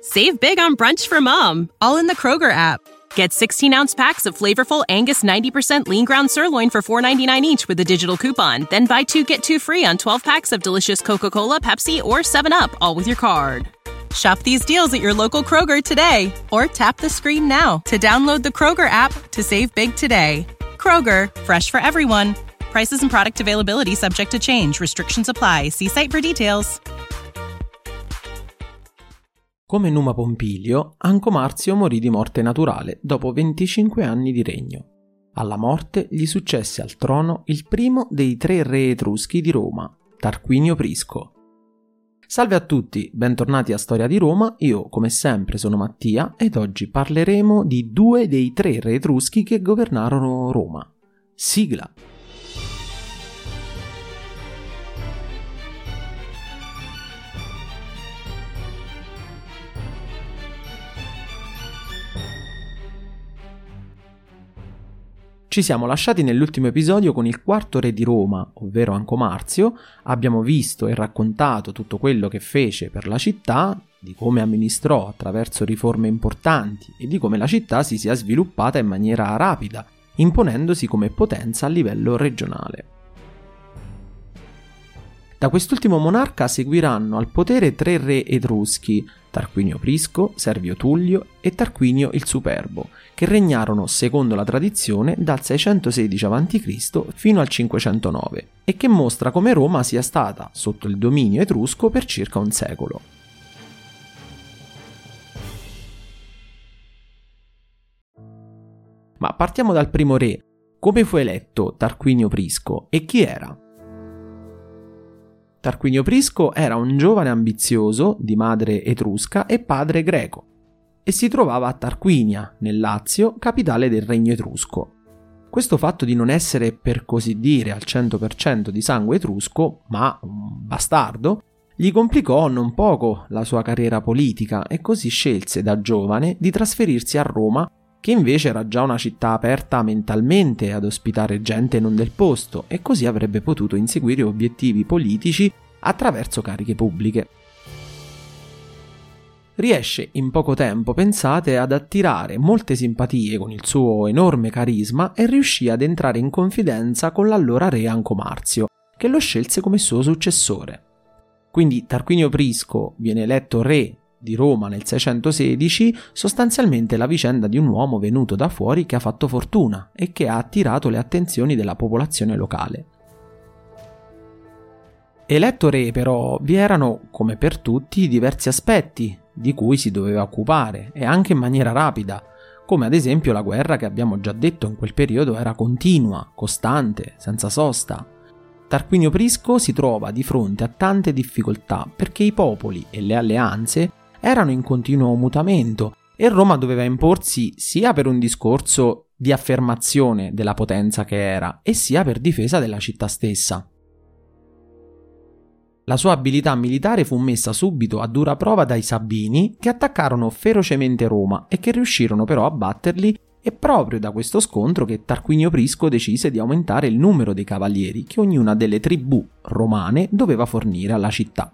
Save big on brunch for mom, all in the Kroger app. Get 16-ounce packs of flavorful Angus 90% lean ground sirloin for $4.99 each with a digital coupon. Then buy 2, get 2 free on 12 packs of delicious Coca-Cola, Pepsi, or 7-Up, all with your card. Shop these deals at your local Kroger today, or tap the screen now to download the Kroger app to save big today. Kroger, fresh for everyone. Prices and product availability subject to change. Restrictions apply. See site for details. Come Numa Pompilio, Anco Marzio morì di morte naturale dopo 25 anni di regno. Alla morte gli successe al trono il primo dei 3 re etruschi di Roma, Tarquinio Prisco. Salve a tutti, bentornati a Storia di Roma, io come sempre sono Mattia ed oggi parleremo di 2 dei 3 re etruschi che governarono Roma. Sigla! Ci siamo lasciati nell'ultimo episodio con il 4º re di Roma, ovvero Anco Marzio. Abbiamo visto e raccontato tutto quello che fece per la città, di come amministrò attraverso riforme importanti e di come la città si sia sviluppata in maniera rapida, imponendosi come potenza a livello regionale. Da quest'ultimo monarca seguiranno al potere 3 re etruschi, Tarquinio Prisco, Servio Tullio e Tarquinio il Superbo, che regnarono secondo la tradizione dal 616 a.C. fino al 509 e che mostra come Roma sia stata sotto il dominio etrusco per circa un secolo. Ma partiamo dal primo re. Come fu eletto Tarquinio Prisco e chi era? Tarquinio Prisco era un giovane ambizioso di madre etrusca e padre greco e si trovava a Tarquinia, nel Lazio, capitale del regno etrusco. Questo fatto di non essere, per così dire, al 100% di sangue etrusco, ma un bastardo, gli complicò non poco la sua carriera politica e così scelse da giovane di trasferirsi a Roma, che invece era già una città aperta mentalmente ad ospitare gente non del posto e così avrebbe potuto inseguire obiettivi politici attraverso cariche pubbliche. Riesce in poco tempo, pensate, ad attirare molte simpatie con il suo enorme carisma e riuscì ad entrare in confidenza con l'allora re Anco Marzio, che lo scelse come suo successore. Quindi Tarquinio Prisco viene eletto re di Roma nel 616, sostanzialmente la vicenda di un uomo venuto da fuori che ha fatto fortuna e che ha attirato le attenzioni della popolazione locale. Eletto re però vi erano, come per tutti, diversi aspetti di cui si doveva occupare e anche in maniera rapida, come ad esempio la guerra che abbiamo già detto in quel periodo era continua, costante, senza sosta. Tarquinio Prisco si trova di fronte a tante difficoltà perché i popoli e le alleanze erano in continuo mutamento e Roma doveva imporsi sia per un discorso di affermazione della potenza che era e sia per difesa della città stessa. La sua abilità militare fu messa subito a dura prova dai Sabini, che attaccarono ferocemente Roma e che riuscirono però a batterli. È proprio da questo scontro che Tarquinio Prisco decise di aumentare il numero dei cavalieri che ognuna delle tribù romane doveva fornire alla città.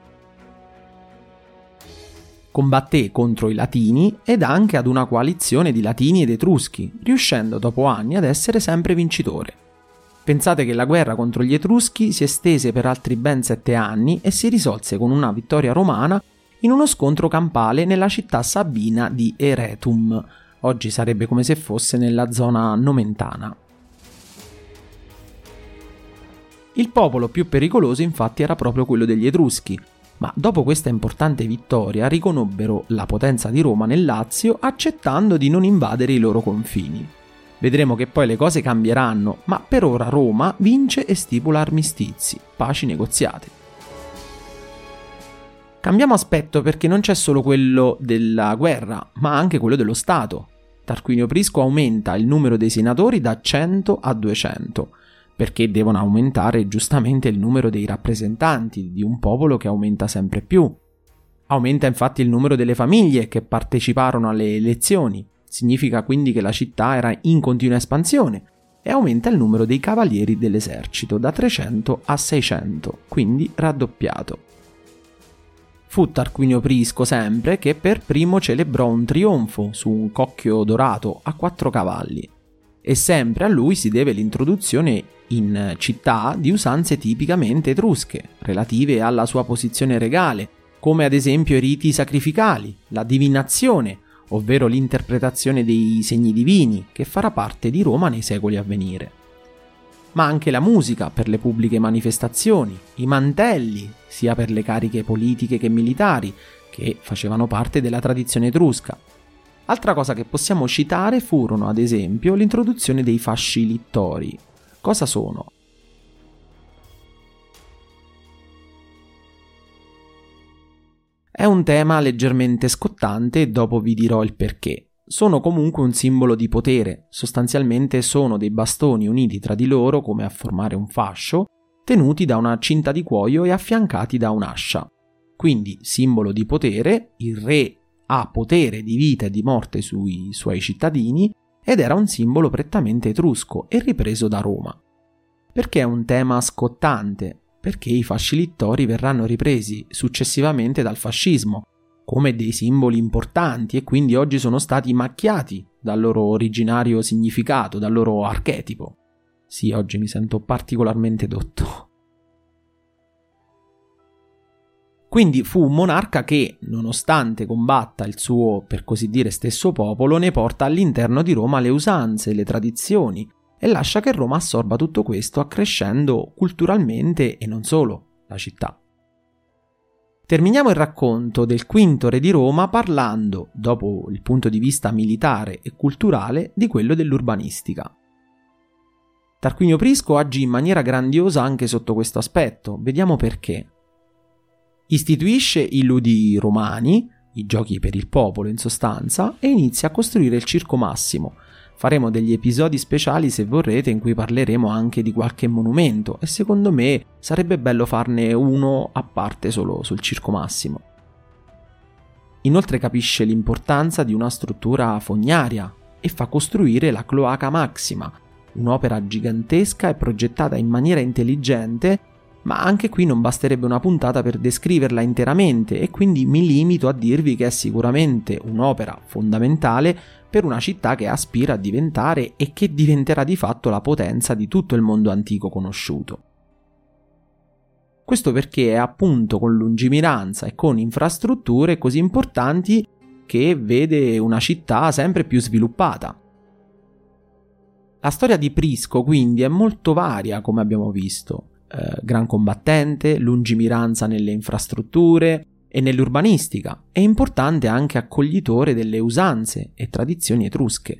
Combatté contro i Latini ed anche ad una coalizione di Latini ed Etruschi, riuscendo dopo anni ad essere sempre vincitore. Pensate che la guerra contro gli Etruschi si estese per altri ben 7 anni e si risolse con una vittoria romana in uno scontro campale nella città sabina di Eretum. Oggi sarebbe come se fosse nella zona nomentana. Il popolo più pericoloso infatti era proprio quello degli Etruschi, ma dopo questa importante vittoria riconobbero la potenza di Roma nel Lazio accettando di non invadere i loro confini. Vedremo che poi le cose cambieranno, ma per ora Roma vince e stipula armistizi, paci negoziate. Cambiamo aspetto perché non c'è solo quello della guerra, ma anche quello dello Stato. Tarquinio Prisco aumenta il numero dei senatori da 100 a 200, perché devono aumentare giustamente il numero dei rappresentanti di un popolo che aumenta sempre più. Aumenta infatti il numero delle famiglie che parteciparono alle elezioni, significa quindi che la città era in continua espansione, e aumenta il numero dei cavalieri dell'esercito da 300 a 600, quindi raddoppiato. Fu Tarquinio Prisco sempre che per primo celebrò un trionfo su un cocchio dorato a 4 cavalli. E sempre a lui si deve l'introduzione in città di usanze tipicamente etrusche, relative alla sua posizione regale, come ad esempio i riti sacrificali, la divinazione, ovvero l'interpretazione dei segni divini, che farà parte di Roma nei secoli a venire. Ma anche la musica per le pubbliche manifestazioni, i mantelli, sia per le cariche politiche che militari, che facevano parte della tradizione etrusca. Altra cosa che possiamo citare furono, ad esempio, l'introduzione dei fasci littori. Cosa sono? È un tema leggermente scottante e dopo vi dirò il perché. Sono comunque un simbolo di potere, sostanzialmente sono dei bastoni uniti tra di loro come a formare un fascio, tenuti da una cinta di cuoio e affiancati da un'ascia. Quindi, simbolo di potere, il re ha potere di vita e di morte sui suoi cittadini ed era un simbolo prettamente etrusco e ripreso da Roma. Perché è un tema scottante? Perché i fasci littori verranno ripresi successivamente dal fascismo come dei simboli importanti e quindi oggi sono stati macchiati dal loro originario significato, dal loro archetipo. Sì, oggi mi sento particolarmente dotto. Quindi fu un monarca che, nonostante combatta il suo, per così dire, stesso popolo, ne porta all'interno di Roma le usanze, le tradizioni e lascia che Roma assorba tutto questo accrescendo culturalmente e non solo la città. Terminiamo il racconto del quinto re di Roma parlando, dopo il punto di vista militare e culturale, di quello dell'urbanistica. Tarquinio Prisco agì in maniera grandiosa anche sotto questo aspetto, vediamo perché. Istituisce i ludi romani, i giochi per il popolo in sostanza, e inizia a costruire il Circo Massimo. Faremo degli episodi speciali se vorrete in cui parleremo anche di qualche monumento e secondo me sarebbe bello farne uno a parte solo sul Circo Massimo. Inoltre capisce l'importanza di una struttura fognaria e fa costruire la Cloaca Maxima, un'opera gigantesca e progettata in maniera intelligente, ma anche qui non basterebbe una puntata per descriverla interamente e quindi mi limito a dirvi che è sicuramente un'opera fondamentale per una città che aspira a diventare e che diventerà di fatto la potenza di tutto il mondo antico conosciuto. Questo perché è appunto con lungimiranza e con infrastrutture così importanti che vede una città sempre più sviluppata. La storia di Prisco quindi è molto varia, come abbiamo visto. Gran combattente, lungimiranza nelle infrastrutture e nell'urbanistica, e importante anche accoglitore delle usanze e tradizioni etrusche.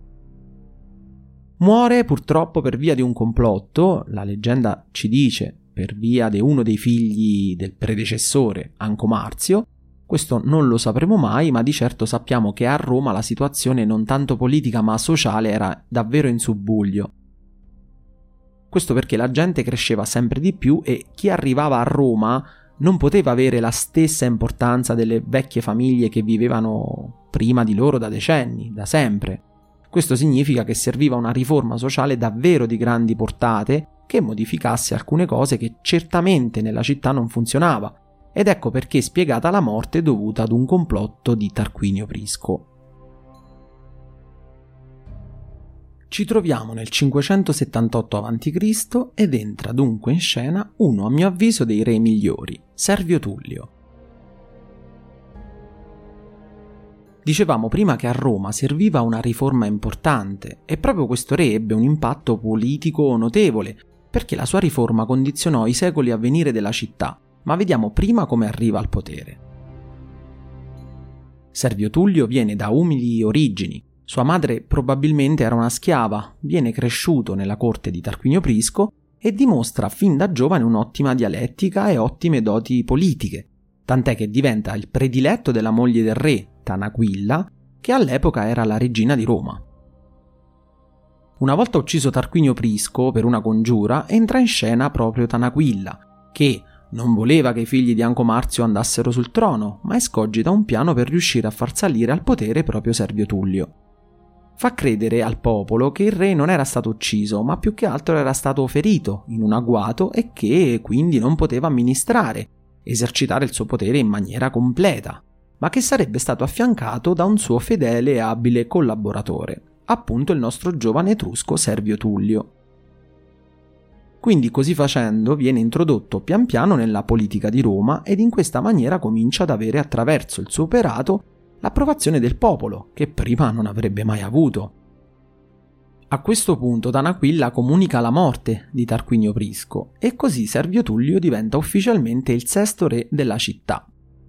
Muore purtroppo per via di un complotto, la leggenda ci dice per via di uno dei figli del predecessore, Anco Marzio. Questo non lo sapremo mai, ma di certo sappiamo che a Roma la situazione non tanto politica ma sociale era davvero in subbuglio. Questo perché la gente cresceva sempre di più e chi arrivava a Roma non poteva avere la stessa importanza delle vecchie famiglie che vivevano prima di loro da decenni, da sempre. Questo significa che serviva una riforma sociale davvero di grandi portate che modificasse alcune cose che certamente nella città non funzionava, ed ecco perché è spiegata la morte dovuta ad un complotto di Tarquinio Prisco. Ci troviamo nel 578 a.C. ed entra dunque in scena uno a mio avviso dei re migliori, Servio Tullio. Dicevamo prima che a Roma serviva una riforma importante e proprio questo re ebbe un impatto politico notevole perché la sua riforma condizionò i secoli a venire della città, ma vediamo prima come arriva al potere. Servio Tullio viene da umili origini. Sua madre probabilmente era una schiava, viene cresciuto nella corte di Tarquinio Prisco e dimostra fin da giovane un'ottima dialettica e ottime doti politiche, tant'è che diventa il prediletto della moglie del re, Tanaquilla, che all'epoca era la regina di Roma. Una volta ucciso Tarquinio Prisco per una congiura, entra in scena proprio Tanaquilla, che non voleva che i figli di Anco Marzio andassero sul trono, ma escogita un piano per riuscire a far salire al potere proprio Servio Tullio. Fa credere al popolo che il re non era stato ucciso, ma più che altro era stato ferito in un agguato e che quindi non poteva amministrare, esercitare il suo potere in maniera completa, ma che sarebbe stato affiancato da un suo fedele e abile collaboratore, appunto il nostro giovane etrusco Servio Tullio. Quindi così facendo viene introdotto pian piano nella politica di Roma ed in questa maniera comincia ad avere attraverso il suo operato l'approvazione del popolo, che prima non avrebbe mai avuto. A questo punto Tanaquilla comunica la morte di Tarquinio Prisco e così Servio Tullio diventa ufficialmente il sesto re della città.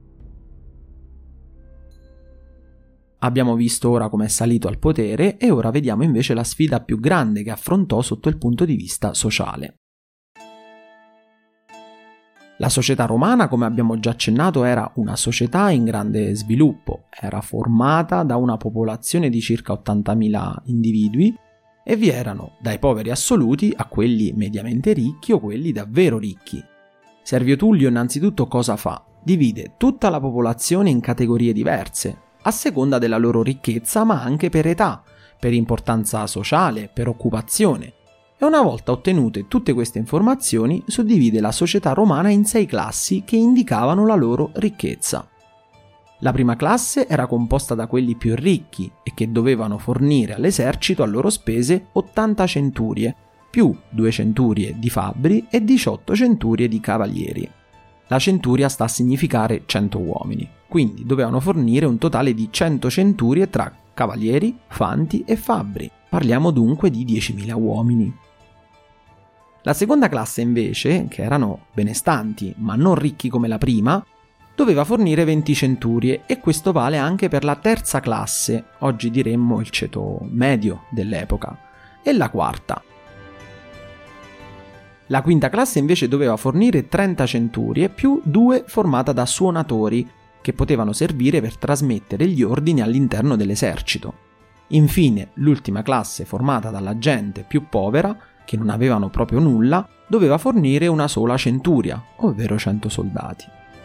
Abbiamo visto ora come è salito al potere e ora vediamo invece la sfida più grande che affrontò sotto il punto di vista sociale. La società romana, come abbiamo già accennato, era una società in grande sviluppo, era formata da una popolazione di circa 80.000 individui e vi erano dai poveri assoluti a quelli mediamente ricchi o quelli davvero ricchi. Servio Tullio innanzitutto cosa fa? Divide tutta la popolazione in categorie diverse, a seconda della loro ricchezza ma anche per età, per importanza sociale, per occupazione. E una volta ottenute tutte queste informazioni, suddivide la società romana in 6 classi che indicavano la loro ricchezza. La prima classe era composta da quelli più ricchi e che dovevano fornire all'esercito a loro spese 80 centurie, più 2 centurie di fabbri e 18 centurie di cavalieri. La centuria sta a significare 100 uomini, quindi dovevano fornire un totale di 100 centurie tra cavalieri, fanti e fabbri. Parliamo dunque di 10.000 uomini. La seconda classe invece, che erano benestanti ma non ricchi come la prima, doveva fornire 20 centurie e questo vale anche per la terza classe, oggi diremmo il ceto medio dell'epoca, e la quarta. La quinta classe invece doveva fornire 30 centurie più 2 formata da suonatori che potevano servire per trasmettere gli ordini all'interno dell'esercito. Infine, l'ultima classe formata dalla gente più povera, che non avevano proprio nulla, doveva fornire una sola centuria, ovvero 100 soldati.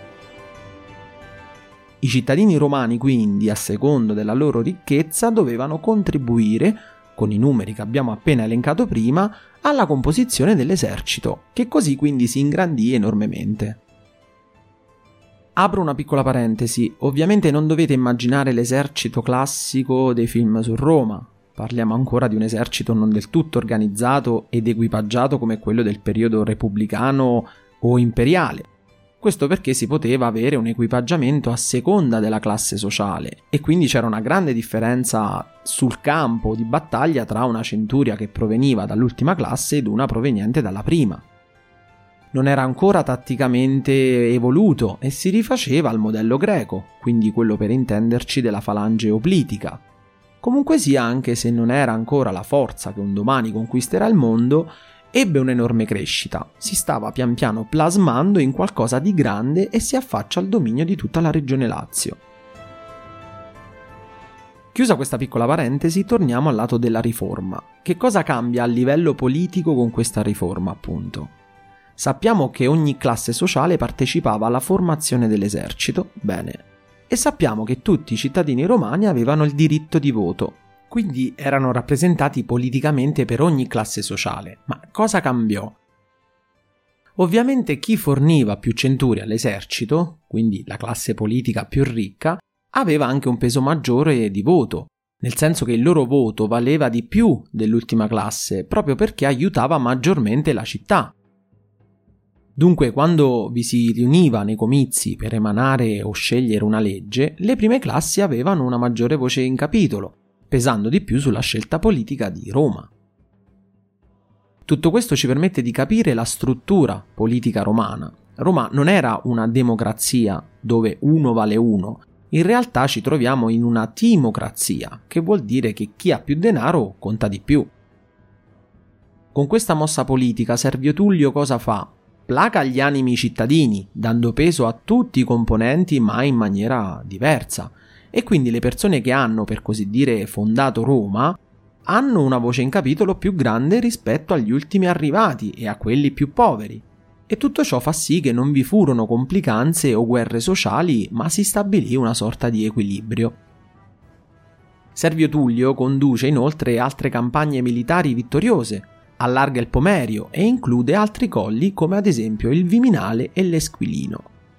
I cittadini romani quindi, a secondo della loro ricchezza, dovevano contribuire, con i numeri che abbiamo appena elencato prima, alla composizione dell'esercito, che così quindi si ingrandì enormemente. Apro una piccola parentesi, ovviamente non dovete immaginare l'esercito classico dei film su Roma. Parliamo ancora di un esercito non del tutto organizzato ed equipaggiato come quello del periodo repubblicano o imperiale. Questo perché si poteva avere un equipaggiamento a seconda della classe sociale e quindi c'era una grande differenza sul campo di battaglia tra una centuria che proveniva dall'ultima classe ed una proveniente dalla prima. Non era ancora tatticamente evoluto e si rifaceva al modello greco, quindi quello per intenderci della falange oplitica. Comunque sia, anche se non era ancora la forza che un domani conquisterà il mondo, ebbe un'enorme crescita, si stava pian piano plasmando in qualcosa di grande e si affaccia al dominio di tutta la regione Lazio. Chiusa questa piccola parentesi, torniamo al lato della riforma. Che cosa cambia a livello politico con questa riforma, appunto? Sappiamo che ogni classe sociale partecipava alla formazione dell'esercito, bene, e sappiamo che tutti i cittadini romani avevano il diritto di voto, quindi erano rappresentati politicamente per ogni classe sociale. Ma cosa cambiò? Ovviamente chi forniva più centurie all'esercito, quindi la classe politica più ricca, aveva anche un peso maggiore di voto, nel senso che il loro voto valeva di più dell'ultima classe, proprio perché aiutava maggiormente la città. Dunque, quando vi si riuniva nei comizi per emanare o scegliere una legge, le prime classi avevano una maggiore voce in capitolo, pesando di più sulla scelta politica di Roma. Tutto questo ci permette di capire la struttura politica romana. Roma non era una democrazia dove uno vale uno, in realtà ci troviamo in una timocrazia, che vuol dire che chi ha più denaro conta di più. Con questa mossa politica Servio Tullio cosa fa? Placa gli animi cittadini, dando peso a tutti i componenti ma in maniera diversa, e quindi le persone che hanno, per così dire, fondato Roma, hanno una voce in capitolo più grande rispetto agli ultimi arrivati e a quelli più poveri. E tutto ciò fa sì che non vi furono complicanze o guerre sociali, ma si stabilì una sorta di equilibrio. Servio Tullio conduce inoltre altre campagne militari vittoriose, allarga il Pomerio e include altri colli come ad esempio il Viminale e l'Esquilino.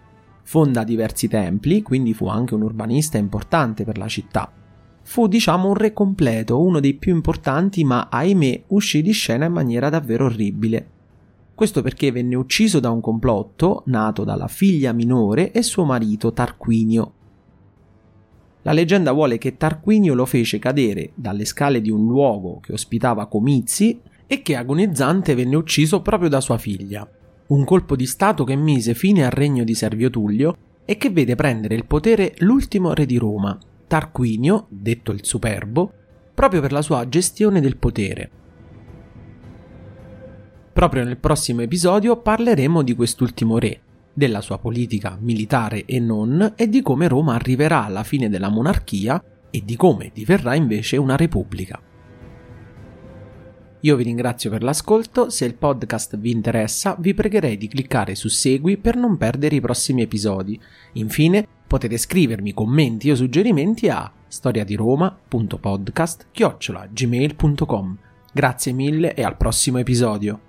Fonda diversi templi, quindi fu anche un urbanista importante per la città. Fu, diciamo, un re completo, uno dei più importanti, ma ahimè uscì di scena in maniera davvero orribile. Questo perché venne ucciso da un complotto nato dalla figlia minore e suo marito Tarquinio. La leggenda vuole che Tarquinio lo fece cadere dalle scale di un luogo che ospitava comizi e che agonizzante venne ucciso proprio da sua figlia. Un colpo di stato che mise fine al regno di Servio Tullio e che vede prendere il potere l'ultimo re di Roma, Tarquinio, detto il Superbo, proprio per la sua gestione del potere. Proprio nel prossimo episodio parleremo di quest'ultimo re, della sua politica militare e non, e di come Roma arriverà alla fine della monarchia e di come diverrà invece una repubblica. Io vi ringrazio per l'ascolto, se il podcast vi interessa vi pregherei di cliccare su Segui per non perdere i prossimi episodi. Infine potete scrivermi commenti o suggerimenti a storiadiroma.podcast@gmail.com. Grazie mille e al prossimo episodio.